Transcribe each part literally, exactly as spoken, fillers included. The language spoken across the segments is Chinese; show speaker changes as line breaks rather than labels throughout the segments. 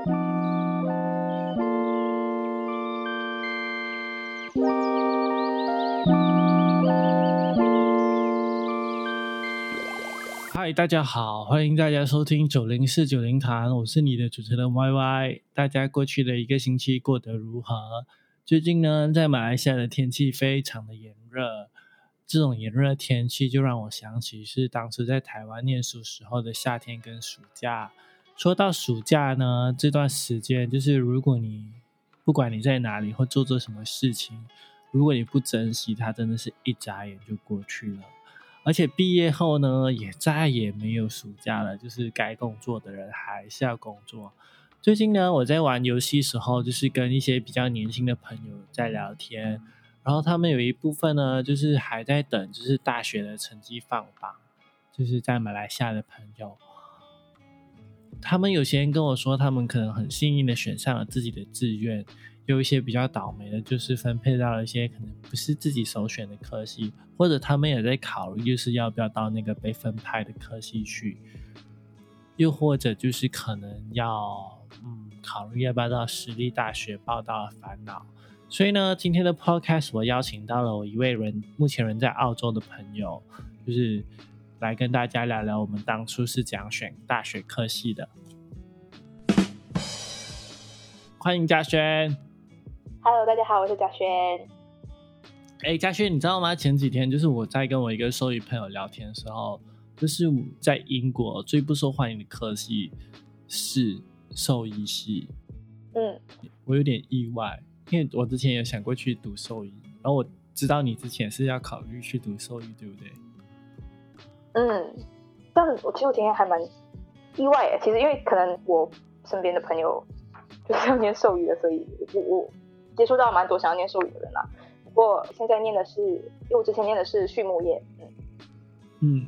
嗨，大家好，欢迎大家收听九零四九零谈，我是你的主持人 Y Y。大家过去的一个星期过得如何？最近呢，在马来西亚的天气非常的炎热，这种炎热天气就让我想起是当初在台湾念书时候的夏天跟暑假。说到暑假呢，这段时间就是如果你不管你在哪里或做做什么事情，如果你不珍惜它，真的是一眨眼就过去了。而且毕业后呢，也再也没有暑假了，就是该工作的人还是要工作。最近呢，我在玩游戏时候，就是跟一些比较年轻的朋友在聊天，然后他们有一部分呢，就是还在等，就是大学的成绩放榜，就是在马来西亚的朋友。他们有些人跟我说，他们可能很幸运的选上了自己的志愿，有一些比较倒霉的，就是分配到了一些可能不是自己首选的科系，或者他们也在考虑，就是要不要到那个被分派的科系去，又或者就是可能要嗯考虑要不要到私立大学报到的烦恼。所以呢，今天的 podcast 我邀请到了我一位人，目前人在澳洲的朋友，就是来跟大家聊聊我们当初是怎样选大学科系的。欢迎嘉轩。
Hello， 大家好，我是嘉轩。
哎，嘉轩，你知道吗？前几天就是我在跟我一个兽医朋友聊天的时候，就是在英国最不受欢迎的科系是兽医系。嗯，我有点意外，因为我之前也想过去读兽医，然后我知道你之前是要考虑去读兽医，对不对？
嗯，但我其实我今天还蛮意外的，其实因为可能我身边的朋友就是要念兽医的，所以我我接触到蛮多想要念兽医的人啦。不过现在念的是，因为我之前念的是畜牧业。嗯，
嗯，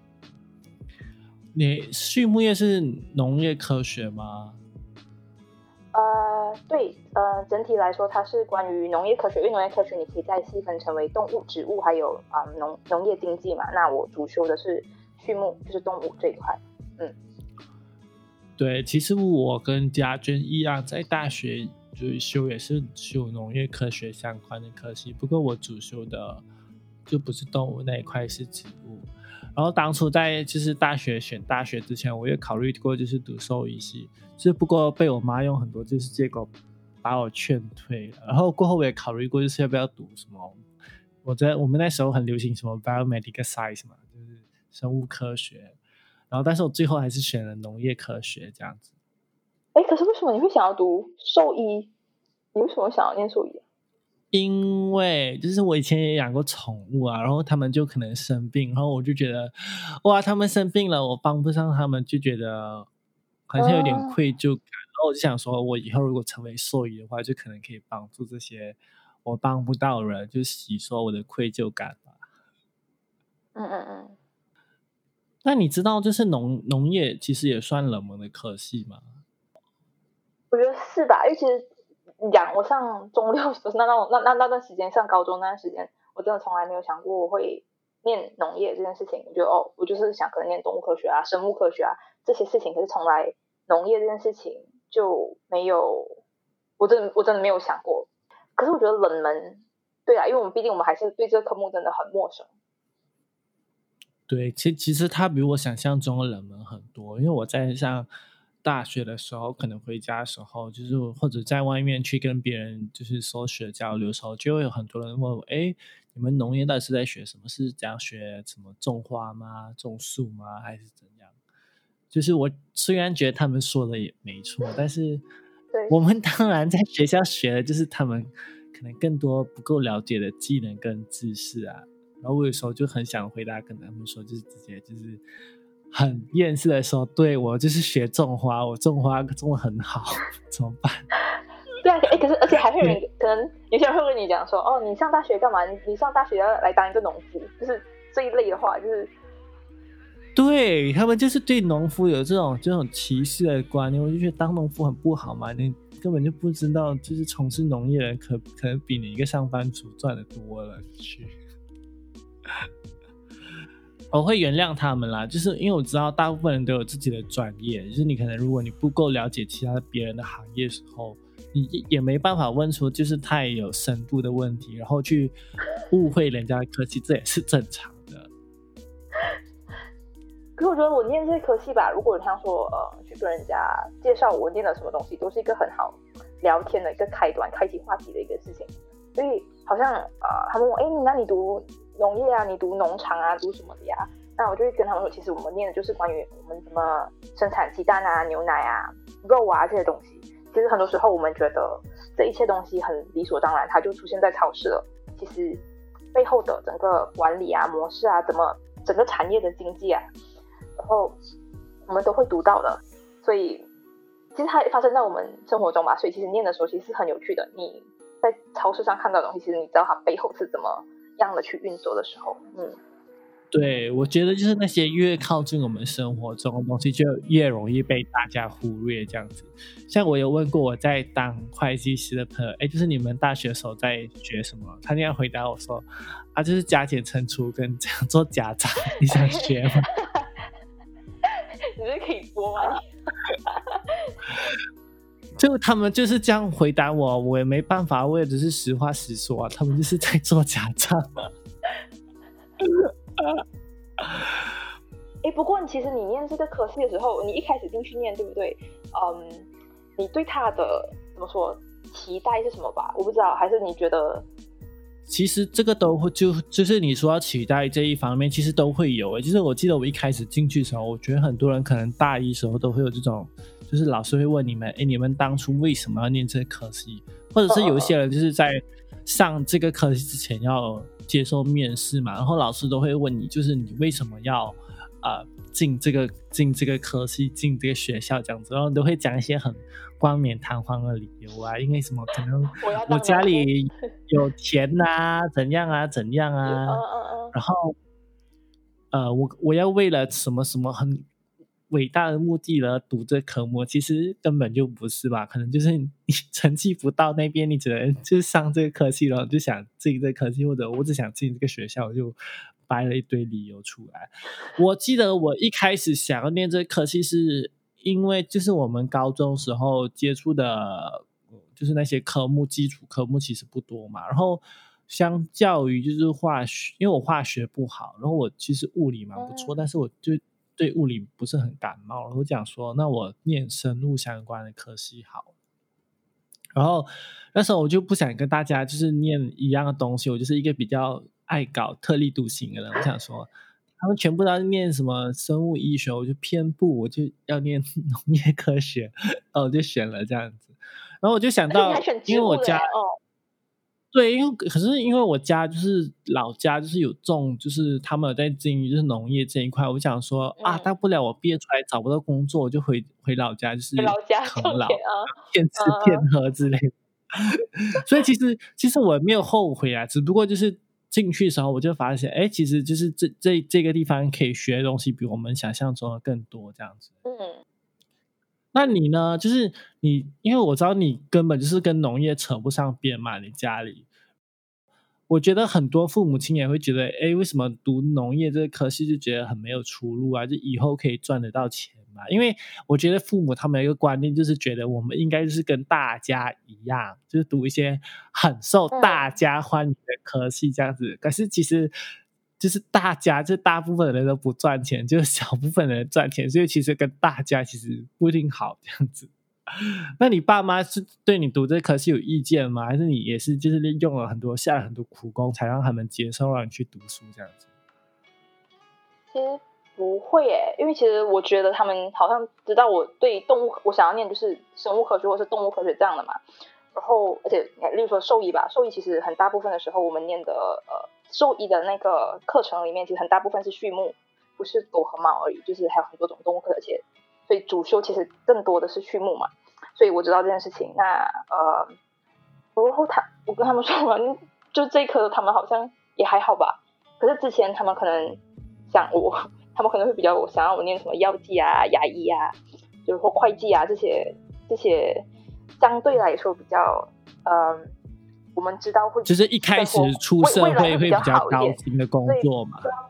你畜牧业是农业科学吗？
呃，对，呃，整体来说它是关于农业科学，因为农业科学你可以再细分成为动物、植物，还有啊、呃、农农业经济嘛。那我主修的是畜牧，就是动物这一块。嗯，
对，其实我跟嘉娟一样，在大学就是修也是修农业科学相关的科系，不过我主修的就不是动物那一块，是植物。然后当初在就是大学选大学之前，我也考虑过就是读兽医系，只不过被我妈用很多就是结果把我劝退了。然后过后我也考虑过就是要不要读什么，我在我们那时候很流行什么 biomedical science 嘛，就是生物科学。然后但是我最后还是选了农业科学这样子。
哎，可是为什么你会想要读兽医？你为什么想要念兽医啊？
因为就是我以前也养过宠物啊，然后他们就可能生病，然后我就觉得哇，他们生病了，我帮不上他们，就觉得好像有点愧疚感。然后我就想说，我以后如果成为兽医的话，就可能可以帮助这些我帮不到的人，就洗刷我的愧疚感吧。
嗯嗯嗯。
那你知道就是农农业其实也算冷门的科系吗？
我觉得是吧，因为其实讲我上中六那那那那那段时间，上高中那段时间，我真的从来没有想过我会念农业这件事情。我觉得哦，我就是想可能念动物科学啊、生物科学啊这些事情，可是从来农业这件事情就没有，我真的我真的没有想过。可是我觉得冷门，对啊，因为我们毕竟我们还是对这个科目真的很陌生。
对，其其实它比我想象中的冷门很多，因为我在上大学的时候，可能回家的时候，就是或者在外面去跟别人就是说学交流的时候，就会有很多人问我，哎，你们农业到底是在学什么？是这样学什么种花吗？种树吗？还是怎样？就是我虽然觉得他们说的也没错，但是我们当然在学校学的就是他们可能更多不够了解的技能跟知识啊。然后我有时候就很想回答跟他们说，就是直接就是很厌世的说，对，我就是学种花，我种花种得很好，怎么办？
对啊，哎，可是而且还会有人可能有些人会跟你讲说，哦，你上大学干嘛？你你上大学要来当一个农夫，就是这一类的话，就是
对他们就是对农夫有这种这种歧视的观念，我就觉得当农夫很不好嘛，你根本就不知道，就是从事农业的人可可能比你一个上班族赚的多了去。 我会原谅他们啦，就是因为我知道大部分人都有自己的专业，就是你可能如果你不够了解其他别人的行业的时候，你也没办法问出就是太有深度的问题，然后去误会人家的科系，这也是正常的。
可是我觉得我念这些科系吧，如果像说呃去跟人家介绍我念了什么东西，都是一个很好聊天的一个开端，开启话题的一个事情。所以好像呃他们问我，哎，那你读农业啊，你读农场啊，读什么的呀？那我就会跟他们说，其实我们念的就是关于我们怎么生产鸡蛋啊、牛奶啊、肉啊这些东西。其实很多时候我们觉得这一切东西很理所当然，它就出现在超市了。其实背后的整个管理啊、模式啊，怎么整个产业的经济啊，然后我们都会读到的。所以其实它发生在我们生活中吧。所以其实念的时候其实是很有趣的。你在超市上看到的东西，其实你知道它背后是怎么样的去运作的时候，嗯，
对，我觉得就是那些越靠近我们生活中的东西，就越容易被大家忽略这样子。像我有问过我在当会计师的朋友，哎，就是你们大学时候在学什么？他那样回答我说，啊，就是加减乘除跟这样做假账，你想学吗？
你这可以播吗？
就他们就是这样回答我，我也没办法，我也只是实话实说啊，他们就是在做假账。
哎，不过其实你念这个科系的时候，你一开始进去念，对不对？嗯，你对他的怎么说期待是什么吧？我不知道，还是你觉得？
其实这个都会就就是你说要期待这一方面，其实都会有。就是我记得我一开始进去的时候，我觉得很多人可能大一时候都会有这种，就是老师会问你们，哎，你们当初为什么要念这个科系？或者是有一些人就是在上这个科系之前要接受面试嘛，然后老师都会问你，就是你为什么要呃进这个进这个科系，进这个学校这样子，然后都会讲一些很冠冕堂皇的理由啊，因为什么可能我家里有钱啊，怎样啊怎样啊，然后呃我我要为了什么什么很伟大的目的而读这科目，其实根本就不是吧，可能就是你成绩不到那边，你只能就是上这个科系，然后就想进这个科系，或者我只想进这个学校，我就掰了一堆理由出来。我记得我一开始想要念这个科系是因为就是我们高中时候接触的就是那些科目，基础科目其实不多嘛，然后相较于就是化学，因为我化学不好，然后我其实物理蛮不错，但是我就对物理不是很感冒，然后讲说那我念生物相关的科系好。然后那时候我就不想跟大家就是念一样的东西，我就是一个比较爱搞特立独行的人，我想说他们全部都要念什么生物医学，我就偏不，我就要念农业科学，然后我就选了这样子。然后我就想到因为我家、哦、对，因为可是因为我家就是老家就是有种，就是他们有在经营就是农业这一块，我想说、嗯、啊，大不了我毕业出来找不到工作，我就回回老家，就是啃老骗吃骗喝之类的。所以其实其实我没有后悔啊，只不过就是进去的时候我就发现，哎，其实就是这这这个地方可以学的东西比我们想象中的更多这样子。嗯。那你呢？就是你，因为我知道你根本就是跟农业扯不上边嘛，你家里。我觉得很多父母亲也会觉得，哎，为什么读农业这个科系就觉得很没有出路啊？就以后可以赚得到钱嘛？因为我觉得父母他们有一个观念，就是觉得我们应该就是跟大家一样，就是读一些很受大家欢迎的科系这样子。嗯、可是其实。就是大家，就大部分人都不赚钱，就是小部分人赚钱，所以其实跟大家其实不一定好这样子。那你爸妈是对你读这科系有意见吗？还是你也是就是用了很多下了很多苦功，才让他们接受让你去读书这样子？
其实不会耶，因为其实我觉得他们好像知道我对动物，我想要念就是生物科学或是动物科学这样的嘛。然后，而且例如说兽医吧，兽医其实很大部分的时候我们念的呃。兽医的那个课程里面，其实很大部分是畜牧，不是狗和猫而已，就是还有很多种动物科，而且所以主修其实更多的是畜牧嘛，所以我知道这件事情。那呃，然后他我跟他们说完，就这一科他们好像也还好吧。可是之前他们可能想我，他们可能会比较想要我念什么药剂啊、牙医啊，就是或会计啊这些这些相对来说比较呃。我们知道会
就是一开始出社会会比较高薪的工作嘛，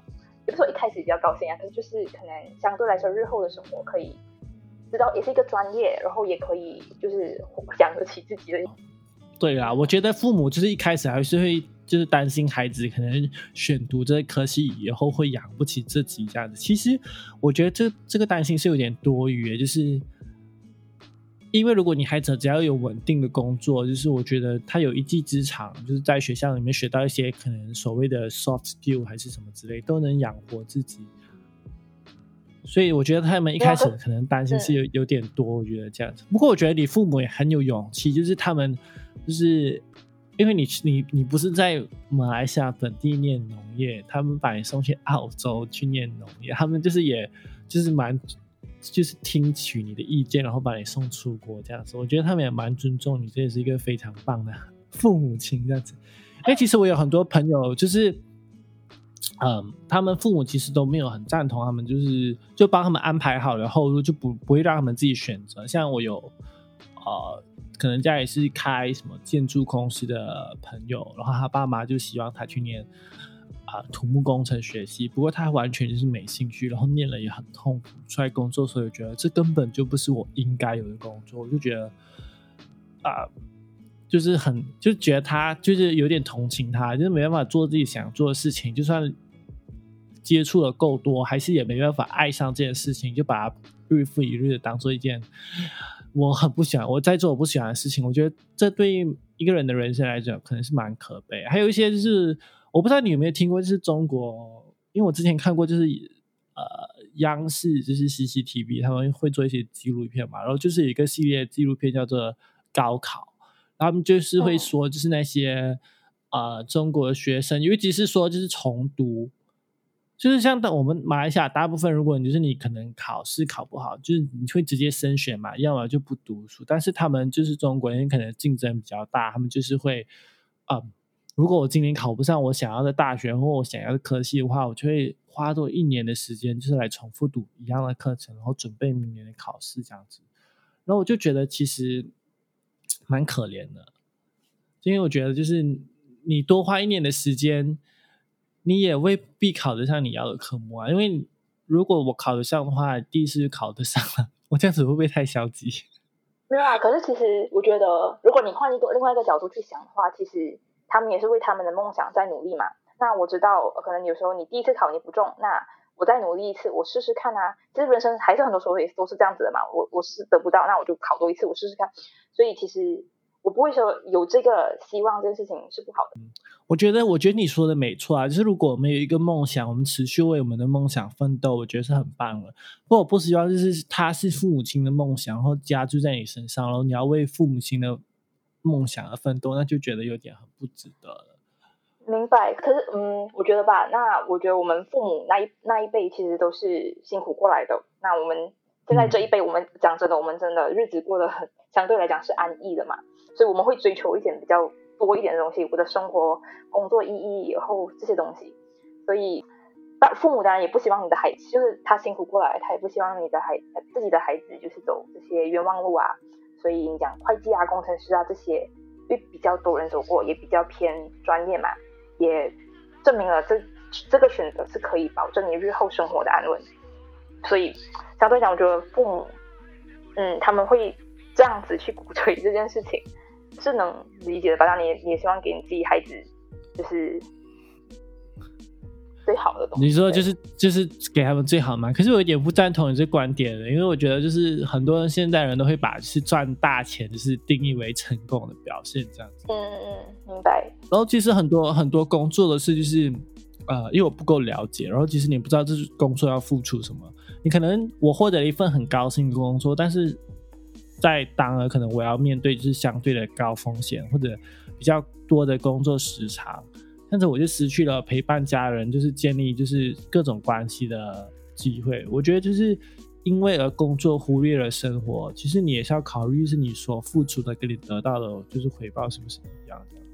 也不是说一开始比较高兴啊，可是就是可能相对来说日后的生活可以知道也是一个专业，然后也可以就是养得起自己的。
对啦，我觉得父母就是一开始还是会就是担心孩子可能选读这科系以后会养不起自己这样子。其实我觉得这这个担心是有点多余的，就是因为如果你孩子只要有稳定的工作，就是我觉得他有一技之长，就是在学校里面学到一些可能所谓的 soft skill 还是什么之类，都能养活自己。所以我觉得他们一开始可能担心是有有点多，我觉得这样子。不过我觉得你父母也很有勇气，就是他们就是因为你你你不是在马来西亚本地念农业，他们把你送去澳洲去念农业，他们就是也就是蛮就是听取你的意见，然后把你送出国这样子。我觉得他们也蛮尊重你，这也是一个非常棒的父母亲这样子。因为其实我有很多朋友就是嗯，他们父母其实都没有很赞同他们，就是就帮他们安排好了后路，就不不会让他们自己选择。像我有呃，可能家里是开什么建筑公司的朋友，然后他爸妈就希望他去念啊、呃、土木工程学系，不过他完全就是没兴趣，然后念了也很痛苦，出来工作所以我觉得这根本就不是我应该有的工作，我就觉得啊。呃就是很就觉得他就是有点同情他，就是没办法做自己想做的事情，就算接触的够多还是也没办法爱上这件事情，就把它日复一日的当做一件我很不喜欢我在做我不喜欢的事情。我觉得这对一个人的人生来讲可能是蛮可悲。还有一些就是我不知道你有没有听过，就是中国，因为我之前看过就是呃央视就是 C C T V 他们会做一些纪录片嘛，然后就是有一个系列纪录片叫做高考，他们就是会说就是那些、哦、呃中国的学生，尤其是说就是重读，就是像我们马来西亚大部分，如果你就是你可能考试考不好，就是你会直接升学嘛，要么就不读书。但是他们就是中国人可能竞争比较大，他们就是会嗯，如果我今年考不上我想要的大学或我想要的科系的话，我就会花多一年的时间就是来重复读一样的课程，然后准备明年的考试这样子。然后我就觉得其实蛮可怜的，因为我觉得就是你多花一年的时间，你也未必考得上你要的科目啊。因为如果我考得上的话，第一次就考得上了，我这样子会不会太消极？
没有啊，可是其实我觉得，如果你换一个另外一个角度去想的话，其实他们也是为他们的梦想在努力嘛。那我知道，可能有时候你第一次考你不中，那我再努力一次，我试试看啊。其实人生还是很多时候也都是这样子的嘛。我我是得不到，那我就考多一次，我试试看。所以其实我不会说有这个希望这件事情是不好的。
嗯，我觉得我觉得你说的没错啊，就是如果我们有一个梦想，我们持续为我们的梦想奋斗，我觉得是很棒的。不过我不希望就是它是父母亲的梦想，然后加注在你身上，然后你要为父母亲的梦想而奋斗，那就觉得有点很不值得了。
明白。可是嗯，我觉得吧，那我觉得我们父母那一那一辈其实都是辛苦过来的。那我们现在这一辈，我们讲真的，我们真的日子过得很相对来讲是安逸的嘛，所以我们会追求一点比较多一点的东西，我的生活工作意义以后这些东西。所以父母当然也不希望你的孩子就是他辛苦过来，他也不希望你的孩自己的孩子就是走这些冤枉路啊。所以你讲会计啊工程师啊这些因为比较多人走过，也比较偏专业嘛，也证明了这这个选择是可以保证你日后生活的安稳。所以相对讲我觉得父母嗯他们会这样子去鼓吹这件事情是能理解的吧。当然你你也希望给你自己孩子就是最好的东西。
你说就是就是给他们最好嘛？可是我有点不赞同你这观点的，因为我觉得就是很多人现在人都会把就是赚大钱就是定义为成功的表现这样子。
嗯嗯，明白。
然后其实很多很多工作的事就是呃，因为我不够了解，然后其实你不知道这工作要付出什么。你可能我获得了一份很高兴的工作，但是在当儿可能我要面对就是相对的高风险或者比较多的工作时长，但是我就失去了陪伴家人就是建立就是各种关系的机会。我觉得就是因为而工作忽略了生活，其实你也是要考虑是你所付出的跟你得到的就是回报是不是一样的。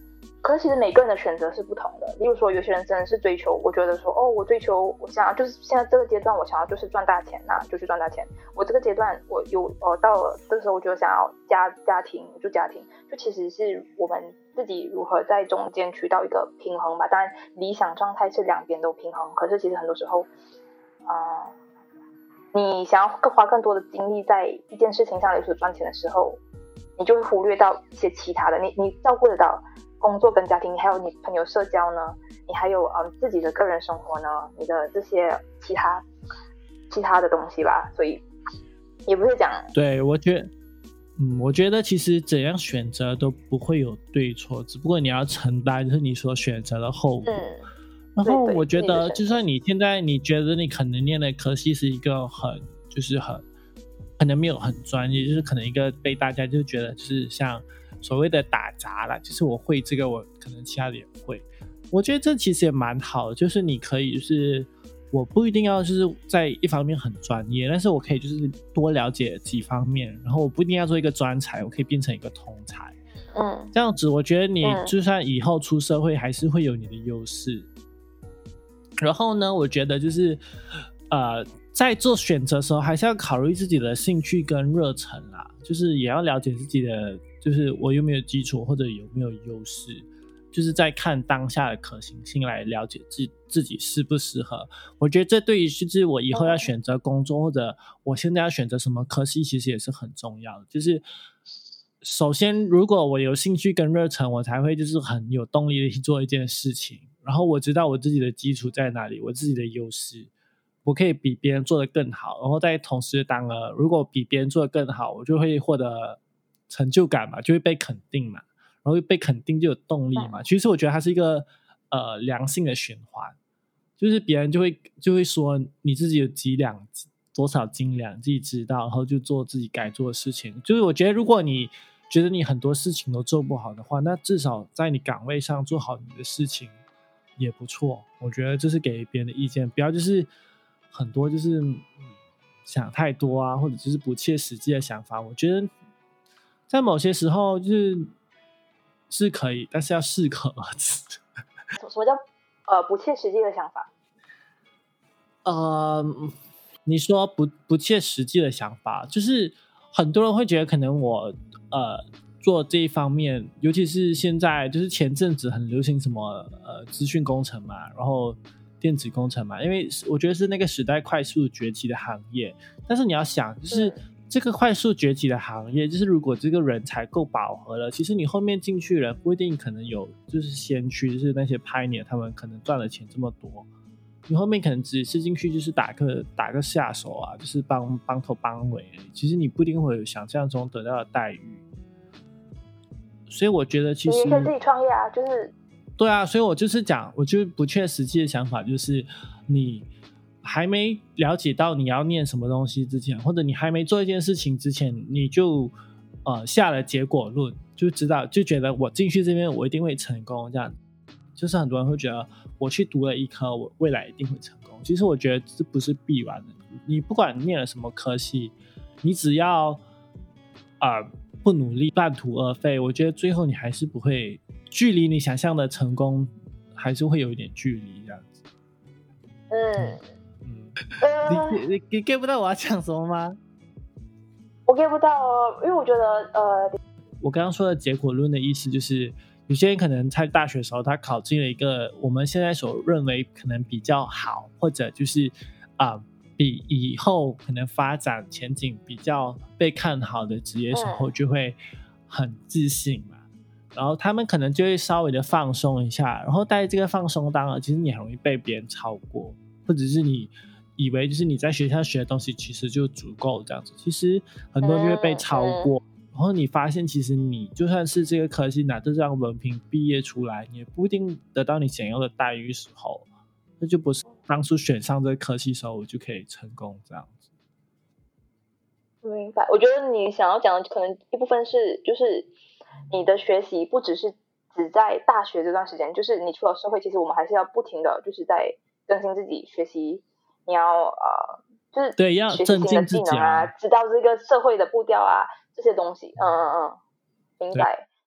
可是其实每个人的选择是不同的。例如说，有些人真的是追求，我觉得说，哦，我追求，我想要就是现在这个阶段，我想要就是赚大钱，那就去赚大钱。我这个阶段，我有呃到了这个时候，我就想要家家庭，就家庭，就其实是我们自己如何在中间取到一个平衡吧。当然，理想状态是两边都平衡，可是其实很多时候，啊、呃，你想要更花更多的精力在一件事情上，例如说赚钱的时候，你就会忽略到一些其他的，你你照顾得到工作跟家庭，你还有你朋友社交呢，你还有嗯自己的个人生活呢，你的这些其他其他的东西吧，所以也不是讲
对，我觉得嗯，我觉得其实怎样选择都不会有对错，只不过你要承担就是你所选择的后果。嗯，然后我觉得就算你现在你觉得你可能念的科系是一个很就是很可能没有很专业，就是可能一个被大家就觉得就是像所谓的打杂啦，就是我会这个我可能其他的也会，我觉得这其实也蛮好的，就是你可以就是我不一定要就是在一方面很专业，但是我可以就是多了解几方面，然后我不一定要做一个专才，我可以变成一个通才。嗯，这样子我觉得你就算以后出社会还是会有你的优势。嗯，然后呢我觉得就是呃在做选择的时候还是要考虑自己的兴趣跟热忱啦，就是也要了解自己的就是我有没有基础或者有没有优势，就是在看当下的可行性来了解自自己适不适合。我觉得这对于就是我以后要选择工作或者我现在要选择什么科系其实也是很重要的，就是首先如果我有兴趣跟热忱，我才会就是很有动力的去做一件事情，然后我知道我自己的基础在哪里，我自己的优势我可以比别人做得更好，然后在同时当了如果比别人做得更好，我就会获得成就感嘛，就会被肯定嘛，然后被肯定就有动力嘛。其实我觉得它是一个呃良性的循环，就是别人就会就会说你自己有几两多少斤两自己知道，然后就做自己该做的事情。就是我觉得如果你觉得你很多事情都做不好的话，那至少在你岗位上做好你的事情也不错。我觉得这是给别人的意见，不要就是很多就是想太多啊，或者就是不切实际的想法。我觉得在某些时候就是是可以，但是要适可而止。
什么叫呃不切实际的想法？
呃，你说不不切实际的想法，就是很多人会觉得可能我呃做这一方面，尤其是现在就是前阵子很流行什么呃资讯工程嘛，然后电子工程嘛，因为我觉得是那个时代快速崛起的行业。但是你要想，就是这个快速崛起的行业，就是如果这个人才够饱和了，其实你后面进去人不一定可能有就是先驱，就是那些 pioneer 他们可能赚了钱这么多，你后面可能只是进去就是打个打个下手啊，就是帮帮头帮尾，其实你不一定会有想象中得到的待遇。所以我觉得其实
你可以自己创业啊，就是
对啊，所以我就是讲，我就不切实际的想法就是你还没了解到你要念什么东西之前，或者你还没做一件事情之前，你就呃下了结果论，就知道就觉得我进去这边我一定会成功，这样就是很多人会觉得我去读了一科我未来一定会成功，其实我觉得这不是必然的。你不管念了什么科系，你只要呃不努力半途而废，我觉得最后你还是不会，距离你想象的成功还是会有一点距离这样子。
嗯
嗯，呃、你你你 get 不到我要讲什么吗？
我 get 不到哦，因为我觉得呃，
我刚刚说的结果论的意思就是，有些人可能在大学的时候他考进了一个我们现在所认为可能比较好，或者就是啊、呃、比以后可能发展前景比较被看好的职业时候，就会很自信嘛。然后他们可能就会稍微的放松一下，然后在这个放松当中，其实你很容易被别人超过，或者是你以为就是你在学校学的东西其实就足够这样子，其实很多人就会被超过。嗯嗯，然后你发现其实你就算是这个科系拿这张文凭毕业出来，你也不一定得到你想要的待遇时候，那就不是当初选上这个科系时候我就可以成功这样子。
明白。我觉得你想要讲的可能一部分是就是你的学习不只是只在大学这段时间，就是你出了社会，其实我们还是要不停的就是在更新自己，学习你要呃就是
对要增进自己
啊，知道这个社会的步调啊这些东西。嗯嗯嗯，明白。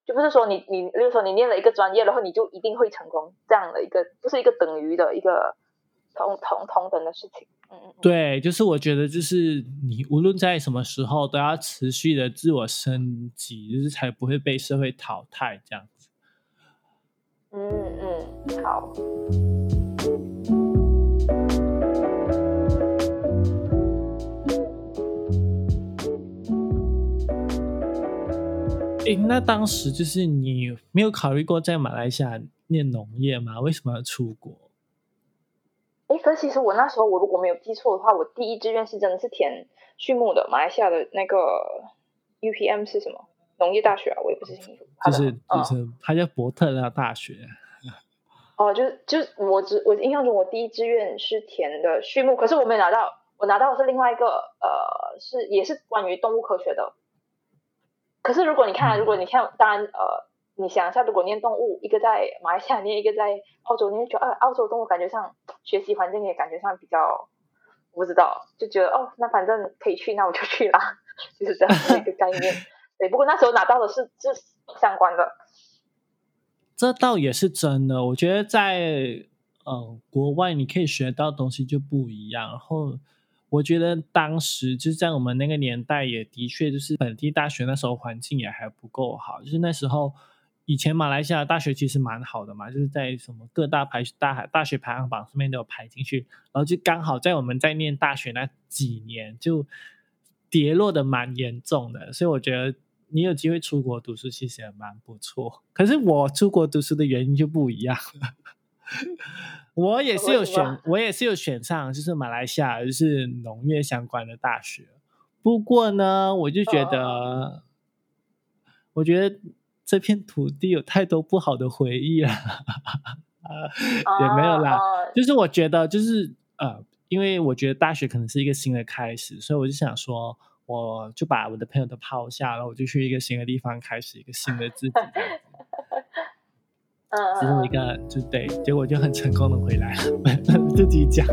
就不是说你你，比如说你念了一个专业，然后你就一定会成功，这样的一个不是一个等于的一个同同同等的事情。嗯嗯，
对，就是我觉得就是你无论在什么时候都要持续的自我升级，就是才不会被社会淘汰这样子。
嗯嗯，好。
诶，那当时就是你没有考虑过在马来西亚念农业吗？为什么要出国？
哎，可是其实我那时候我如果没有记错的话，我第一志愿是真的是填畜牧的，马来西亚的那个 U P M 是什么？农业大学啊，我也不是清楚。
就是就是它叫伯特利大学。
哦，就是就是我只我印象中我第一志愿是填的畜牧，可是我没有拿到，我拿到的是另外一个呃，是也是关于动物科学的。可是如果你看，如果你看，当然呃。你想一下，如果念动物，一个在马来西亚念，一个在澳洲念，觉得、啊、澳洲动物感觉上学习环境也感觉上比较，我不知道，就觉得哦，那反正可以去，那我就去啦，就是这样的一个概念。对，不过那时候拿到的是是相关的，
这倒也是真的。我觉得在呃国外你可以学到东西就不一样，然后我觉得当时就是在我们那个年代，也的确就是本地大学那时候环境也还不够好，就是那时候。以前马来西亚大学其实蛮好的嘛，就是在什么各大排大大学排行榜上面都有排进去，然后就刚好在我们在念大学那几年就跌落的蛮严重的，所以我觉得你有机会出国读书其实也蛮不错。可是我出国读书的原因就不一样了我也是有选，我也是有选上，就是马来西亚就是农业相关的大学。不过呢，我就觉得，我觉得。这片土地有太多不好的回忆了也没有啦、uh, uh, 就是我觉得就是呃，因为我觉得大学可能是一个新的开始，所以我就想说我就把我的朋友都抛下，然后我就去一个新的地方开始一个新的自己这么一个就对，结果就很成功的回来了自己讲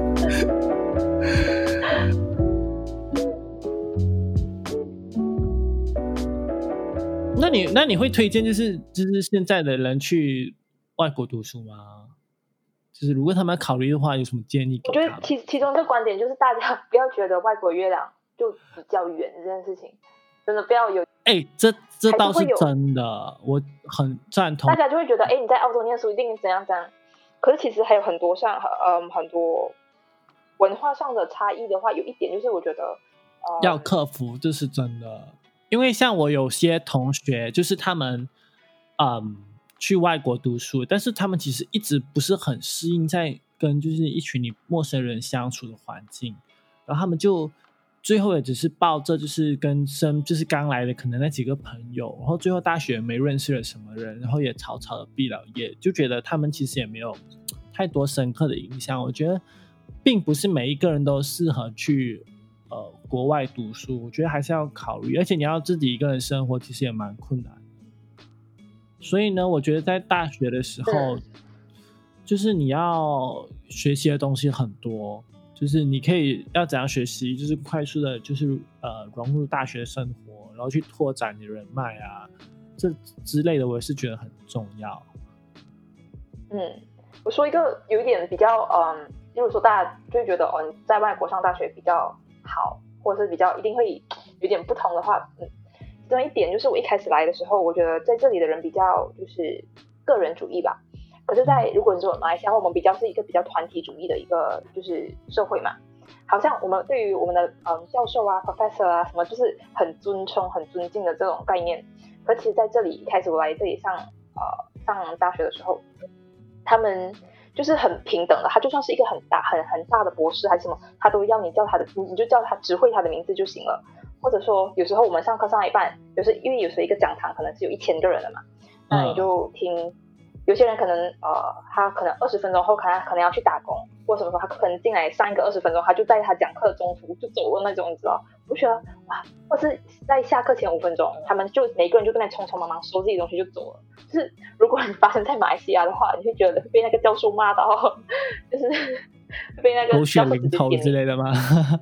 那你那你会推荐就是就是现在的人去外国读书吗？就是如果他们要考虑的话，有什么建议给他们？
我觉得其其中一个观点就是大家不要觉得外国月亮就比较远这件事情，真的不要有。
哎、欸，这这倒是真的，我很赞同。
大家就会觉得，哎、欸，你在澳洲念书一定怎样怎样，可是其实还有很多像嗯很多文化上的差异的话，有一点就是我觉得、呃、
要克服，这是真的。因为像我有些同学，就是他们嗯去外国读书，但是他们其实一直不是很适应在跟就是一群你陌生人相处的环境，然后他们就最后也只是抱着就是跟生就是刚来的可能那几个朋友，然后最后大学没认识了什么人，然后也草草的毕了业，就觉得他们其实也没有太多深刻的影响。我觉得并不是每一个人都适合去呃国外读书，我觉得还是要考虑，而且你要自己一个人生活其实也蛮困难的。所以呢，我觉得在大学的时候，就是你要学习的东西很多，就是你可以要怎样学习，就是快速的，就是呃融入大学生活，然后去拓展你的人脉啊，这之类的，我也是觉得很重要。
嗯，我说一个有一点比较嗯，例如说大家就会觉得哦，在外国上大学比较好，或者是比较一定会有点不同的话，嗯，其中一点就是我一开始来的时候，我觉得在这里的人比较就是个人主义吧。可是在如果你说马来西亚，我们比较是一个比较团体主义的一个就是社会嘛，好像我们对于我们的嗯教授啊 professor 啊什么就是很尊崇很尊敬的这种概念。可其实在这里一开始我来这里上呃上大学的时候，他们就是很平等的，他就算是一个很大很很大的博士还是什么，他都要你叫他的，你就叫他指挥他的名字就行了。或者说有时候我们上课上一半，就是因为有时候一个讲堂可能是有一千个人的嘛，那你就听、嗯、有些人可能呃他可能二十分钟后可能可能要去打工，或者什么时候他可能进来上一个二十分钟，他就在他讲课中途就走了那种，你知道，我觉得哇，或是在下课前五分钟，他们就每个人就跟那匆匆忙忙收自己的东西就走了。就是如果你发生在马来西亚的话，你会觉得被那个教授骂到，就是被那个教授直接点名
之类的吗？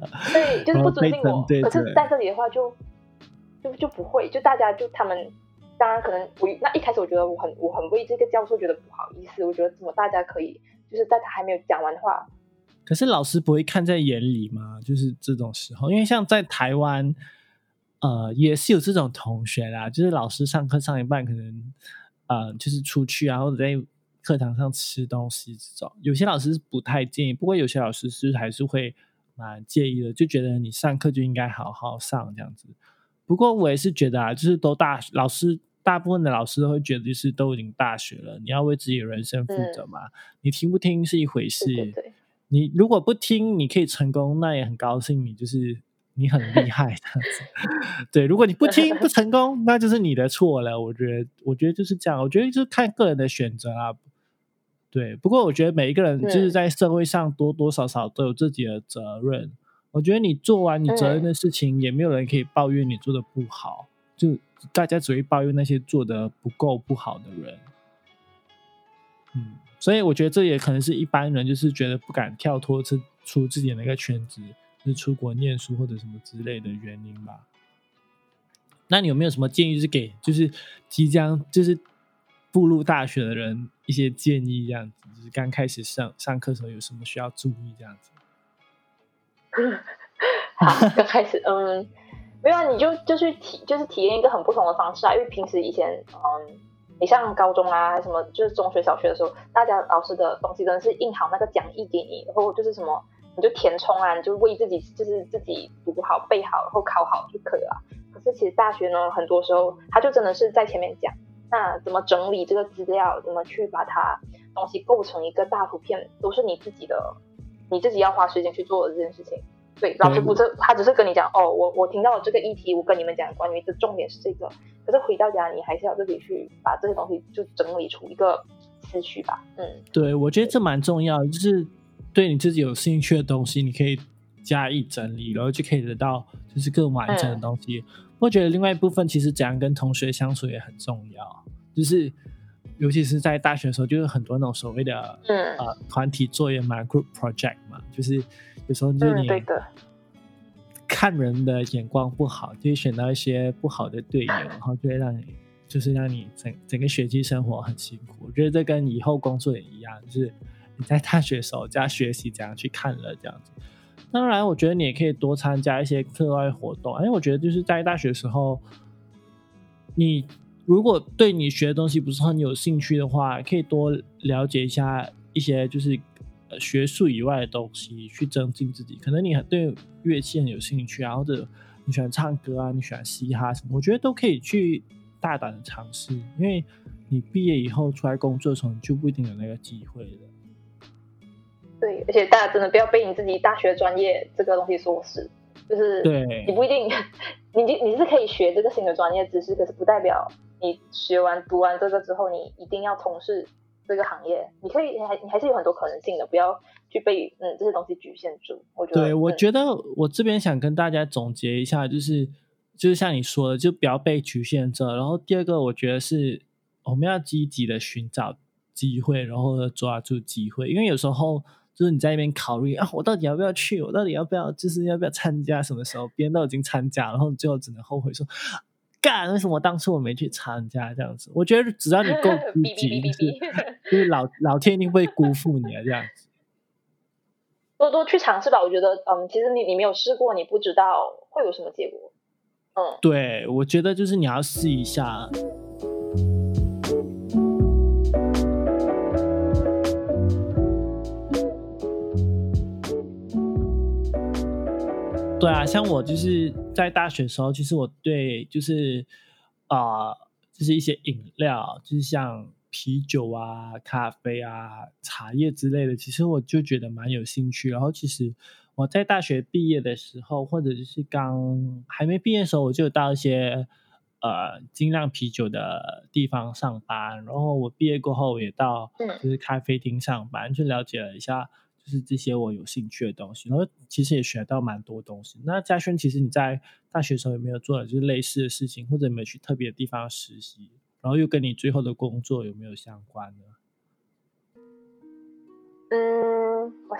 对，就是不尊敬我。可是在这里的话就就就不会，就大家就他们当然可能我那一开始我觉得我很我很为这个教授觉得不好意思，我觉得怎么大家可以就是在他还没有讲完话。
可是老师不会看在眼里吗？就是这种时候，因为像在台湾呃也是有这种同学啦，就是老师上课上一半可能呃就是出去啊，或者在课堂上吃东西这种，有些老师不太建议，不过有些老师是还是会蛮介意的，就觉得你上课就应该好好上这样子。不过我也是觉得啊，就是都大老师大部分的老师都会觉得就是都已经大学了，你要为自己的人生负责嘛，嗯、你听不听是一回事，
对对对，
你如果不听你可以成功，那也很高兴，你就是你很厉害这样子。对，如果你不听不成功，那就是你的错了。我觉得我觉得就是这样，我觉得就是看个人的选择啊。对，不过我觉得每一个人就是在社会上多多少少都有自己的责任。嗯、我觉得你做完你责任的事情，嗯、也没有人可以抱怨你做的不好，就大家只会抱怨那些做的不够不好的人。嗯，所以我觉得这也可能是一般人就是觉得不敢跳脱出自己的那个圈子，就是出国念书或者什么之类的原因吧。那你有没有什么建议，就是给就是即将就是步入大学的人一些建议，这样子，就是刚开始上上课的时候有什么需要注意这样子？
好，刚开始，嗯，没有啊，你就就去体就是体验一个很不同的方式啊，因为平时以前，嗯，你上高中啊什么，就是中学小学的时候，大家老师的东西真的是印好那个讲义给你，然后就是什么你就填充啊，你就为自己就是自己读好背好，然后考好就可以了。可是其实大学呢，很多时候他就真的是在前面讲，那怎么整理这个资料，怎么去把它东西构成一个大图片，都是你自己的，你自己要花时间去做的这件事情。对，老师不是他只是跟你讲哦，我我听到了这个议题，我跟你们讲关于的重点是这个，可是回到家你还是要自己去把这些东西就整理出一个思绪吧。嗯，
对，我觉得这蛮重要的，就是对你自己有兴趣的东西，你可以加以整理，然后就可以得到就是更完整的东西。嗯、我觉得另外一部分其实怎样跟同学相处也很重要，就是尤其是在大学的时候，就是很多那种所谓的、嗯、呃团体作业嘛 ，group project 嘛，就是有时候就是你看人的眼光不好，就会选到一些不好的队友，然后就会让你就是让你整整个学期生活很辛苦。我觉得这跟以后工作也一样，就是你在大学的时候就要学习怎样去看人这样子。当然我觉得你也可以多参加一些课外活动，因为我觉得就是在大学的时候，你如果对你学的东西不是很有兴趣的话，可以多了解一下一些就是学术以外的东西，去增进自己。可能你对乐器很有兴趣啊，或者你喜欢唱歌啊，你喜欢嘻哈什么，我觉得都可以去大胆的尝试，因为你毕业以后出来工作的时候，你就不一定有那个机会了。
对，而且大家真的不要被你自己大学专业这个东西所死，就是你不一定，你你是可以学这个新的专业知识，可是不代表你学完读完这个之后，你一定要从事这个行业。你可以还你还是有很多可能性的，不要去被嗯这些东西局限住。我觉得，
对，我觉得我这边想跟大家总结一下，就是就是像你说的，就不要被局限着。然后第二个，我觉得是我们要积极的寻找机会，然后抓住机会，因为有时候就是你在那边考虑啊，我到底要不要去，我到底要不要，就是要不要参加，什么时候别人都已经参加，然后最后只能后悔说，干，为什么当初我没去参加这样子？我觉得只要你够积极，就是就是老老天一定不会辜负你的这样子。
多多去尝试吧，我觉得，嗯，其实你你没有试过，你不知道会有什么结果。嗯，
对，我觉得就是你要试一下。对啊，像我就是在大学的时候，其实我对就是啊、呃，就是一些饮料，就是像啤酒啊、咖啡啊、茶叶之类的，其实我就觉得蛮有兴趣。然后其实我在大学毕业的时候，或者就是刚还没毕业的时候，我就有到一些呃精酿啤酒的地方上班。然后我毕业过后也到就是咖啡厅上班，就了解了一下。就是这些我有兴趣的东西，然后其实也学到蛮多东西。那嘉轩，其实你在大学的时候有没有做的就是类似的事情，或者有没有去特别的地方实习，然后又跟你最后的工作有没有相关呢？
嗯，我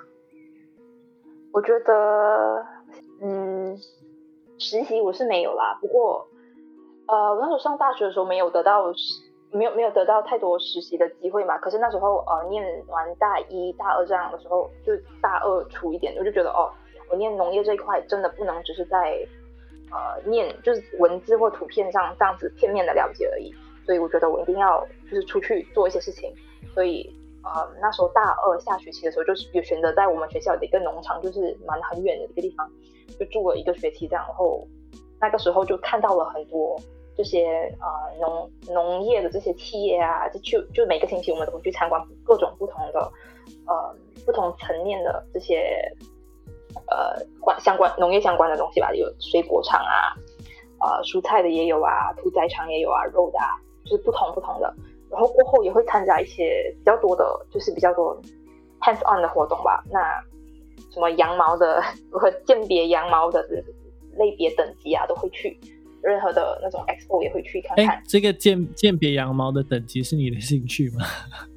我觉得，嗯，实习我是没有啦，不过呃，我那时候上大学的时候没有得到没有没有得到太多实习的机会嘛，可是那时候呃念完大一大二这样的时候，就大二出一点，我就觉得哦，我念农业这一块真的不能只是在呃念就是文字或图片上这样子片面的了解而已，所以我觉得我一定要就是出去做一些事情，所以呃那时候大二下学期的时候，就是有选择在我们学校的一个农场，就是蛮很远的一个地方，就住了一个学期这样，然后那个时候就看到了很多这些呃农农业的这些企业啊，就就就每个星期我们都会去参观各种不同的呃不同层面的这些呃关相关农业相关的东西吧，有水果厂啊，呃蔬菜的也有啊，屠宰场也有啊，肉的啊，就是不同不同的。然后过后也会参加一些比较多的，就是比较多 hands on 的活动吧。那什么羊毛的如何鉴别羊毛的类别等级啊，都会去。任何的那种 expo 也会去看看。
这个鉴鉴别羊毛的等级是你的兴趣吗？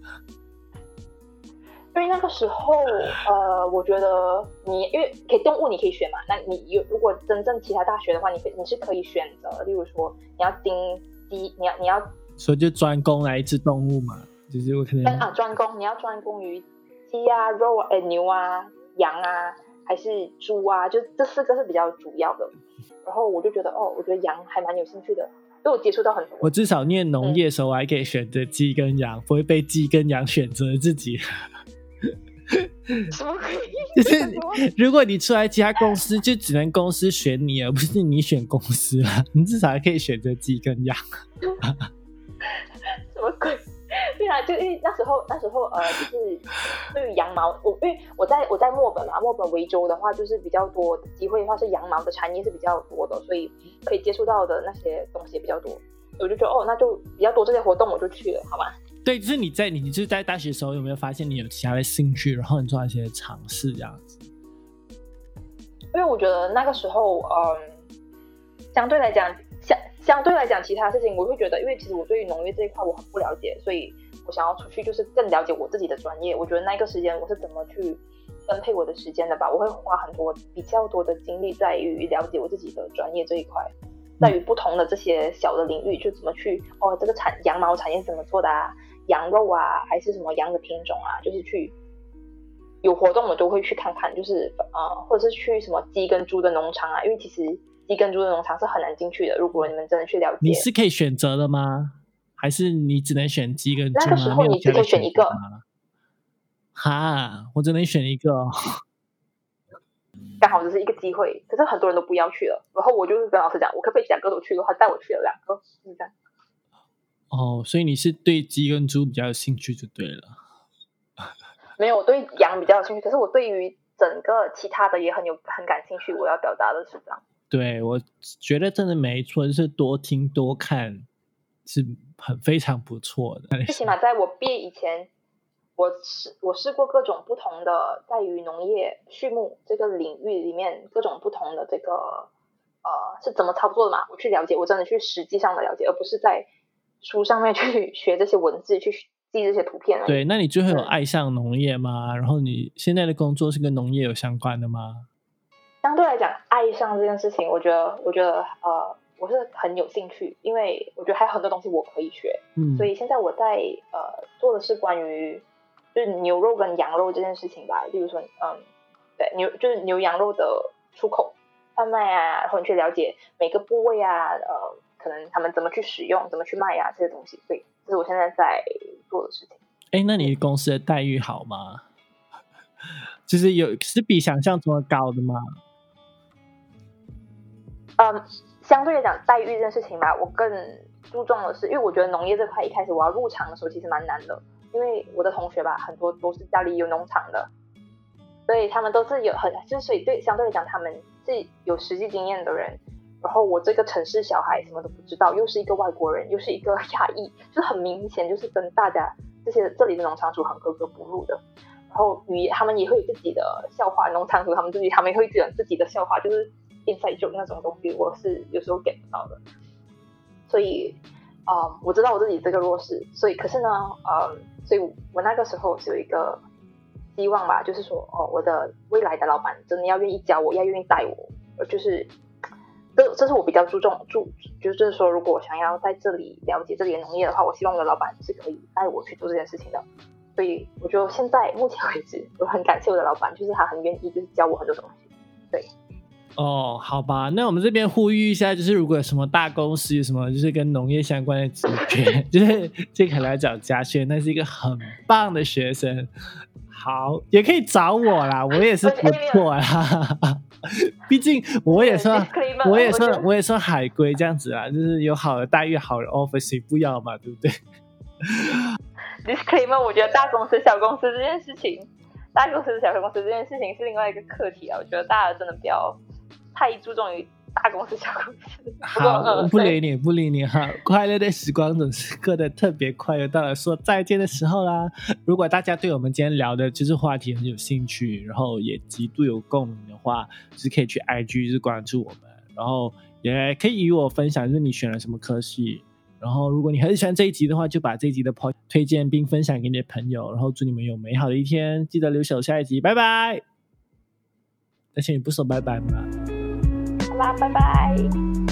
因为那个时候，呃，我觉得你因为可以动物你可以选嘛，那你有如果真正其他大学的话，你你是可以选择，例如说你要盯鸡，你要你要，
所以就专攻来一只动物嘛，就是我可能
啊专攻，你要专攻于鸡啊、肉啊、呃、牛啊、羊啊，还是猪啊，就这四个是比较主要的。然后我就觉得哦，我觉得羊还蛮有兴趣的，因为我接触到很多。
我至少念农业的时候，我还可以选择鸡跟羊，嗯、不会被鸡跟羊选择自己。
什么鬼？
就是如果你出来其他公司，就只能公司选你，而不是你选公司啦。你至少还可以选择鸡跟羊。
什么鬼？对啊，就因为那时候那时候呃，就是对于羊毛，我因为我在我在墨本嘛，墨本维州的话，就是比较多的机会的话是羊毛的产业是比较多的，所以可以接触到的那些东西也比较多，我就觉得哦，那就比较多这些活动我就去了，好吧？
对，就是你在你就是在大学的时候有没有发现你有其他的兴趣，然后你做一些尝试这样子？
因为我觉得那个时候，嗯，相对来讲，相相对来讲，其他事情我会觉得，因为其实我对于农业这一块我很不了解，所以我想要出去就是更了解我自己的专业。我觉得那个时间我是怎么去分配我的时间的吧？我会花很多比较多的精力在于了解我自己的专业这一块，在于不同的这些小的领域，就怎么去哦，这个产羊毛产业怎么做的啊？羊肉啊，还是什么羊的品种啊？就是去有活动我都会去看看，就是呃，或者是去什么鸡跟猪的农场啊，因为其实鸡跟猪的农场是很难进去的。如果你们真的去了解，
你是可以选择的吗？还是你只能选鸡跟猪吗？
那个时候你只可以选一个。
哈，我只能选一个、哦。
刚好只是一个机会，可是很多人都不要去了。然后我就是跟老师讲，我可不可以两个都去的话，带我去了两个，是这样。
哦，所以你是对鸡跟猪比较有兴趣就对了。
没有，我对羊比较有兴趣，可是我对于整个其他的也很有很感兴趣。我要表达的是这样。
对，我觉得真的没错，就是多听多看是很非常不错的。
最起码在我毕业以前，我试我试过各种不同的在于农业畜牧这个领域里面各种不同的这个呃是怎么操作的嘛，我去了解，我真的去实际上的了解，而不是在书上面去学这些文字，去记这些图片。
对，那你最后有爱上农业吗？嗯、然后你现在的工作是跟农业有相关的吗？
相对来讲，爱上这件事情，我觉得，我觉得，呃，我是很有兴趣，因为我觉得还有很多东西我可以学。嗯，所以现在我在呃做的是关于就是牛肉跟羊肉这件事情吧，例如说，嗯，对，牛就是牛羊肉的出口贩卖啊，然后你去了解每个部位啊，呃，可能他们怎么去使用，怎么去卖啊这些东西，所以这是我现在在做的事情。
哎，那你公司的待遇好吗？就是有是比想象中的高的吗？
嗯，相对来讲，待遇这件事情吧，我更注重的是，因为我觉得农业这块一开始我要入场的时候其实蛮难的，因为我的同学吧，很多都是家里有农场的，所以他们都是有很，就是所以对相对来讲，他们是有实际经验的人。然后我这个城市小孩什么都不知道，又是一个外国人，又是一个亚裔，就是很明显就是跟大家这些这里的农场主很格格不入的。然后语他们也会有自己的笑话，农场主他们自己他们也会有自己的笑话，就是inside joke那种东西，我是有时候 get 不到的。所以，呃，我知道我自己这个弱势，所以可是呢，呃，所以我那个时候是有一个希望吧，就是说，哦，我的未来的老板真的要愿意教我，要愿意带我，就是这这是我比较注重注，就是说，如果我想要在这里了解这里的农业的话，我希望我的老板是可以带我去做这件事情的。所以我觉得现在目前为止，我很感谢我的老板，就是他很愿意就是教我很多东西。对。
哦，好吧，那我们这边呼吁一下，就是如果有什么大公司有什么就是跟农业相关的职缺，就是这个来找嘉轩，那是一个很棒的学生。好，也可以找我啦，我也是不错啦。毕竟我也算，我也算，我也算海归这样子啦，就是有好的待遇、好的 offer， 谁不要嘛，对不对
？Disclaimer， 我觉得大公司、小公司这件事情，大公司、小公司这件事情是另外一个课题啊。我觉得大家真的不要太注重于大公司、小公司。
好，我不理你，不理你哈。快乐的时光总是过得特别快，又到了说再见的时候啦。如果大家对我们今天聊的就是话题很有兴趣，然后也极度有共鸣的话，就是可以去 I G 就是关注我们，然后也可以与我分享，就是你选了什么科系。然后如果你很喜欢这一集的话，就把这一集的 podcast 推荐并分享给你的朋友，然后祝你们有美好的一天，记得留守下一集，拜拜。但是你不说拜拜吗？
好啦，拜拜。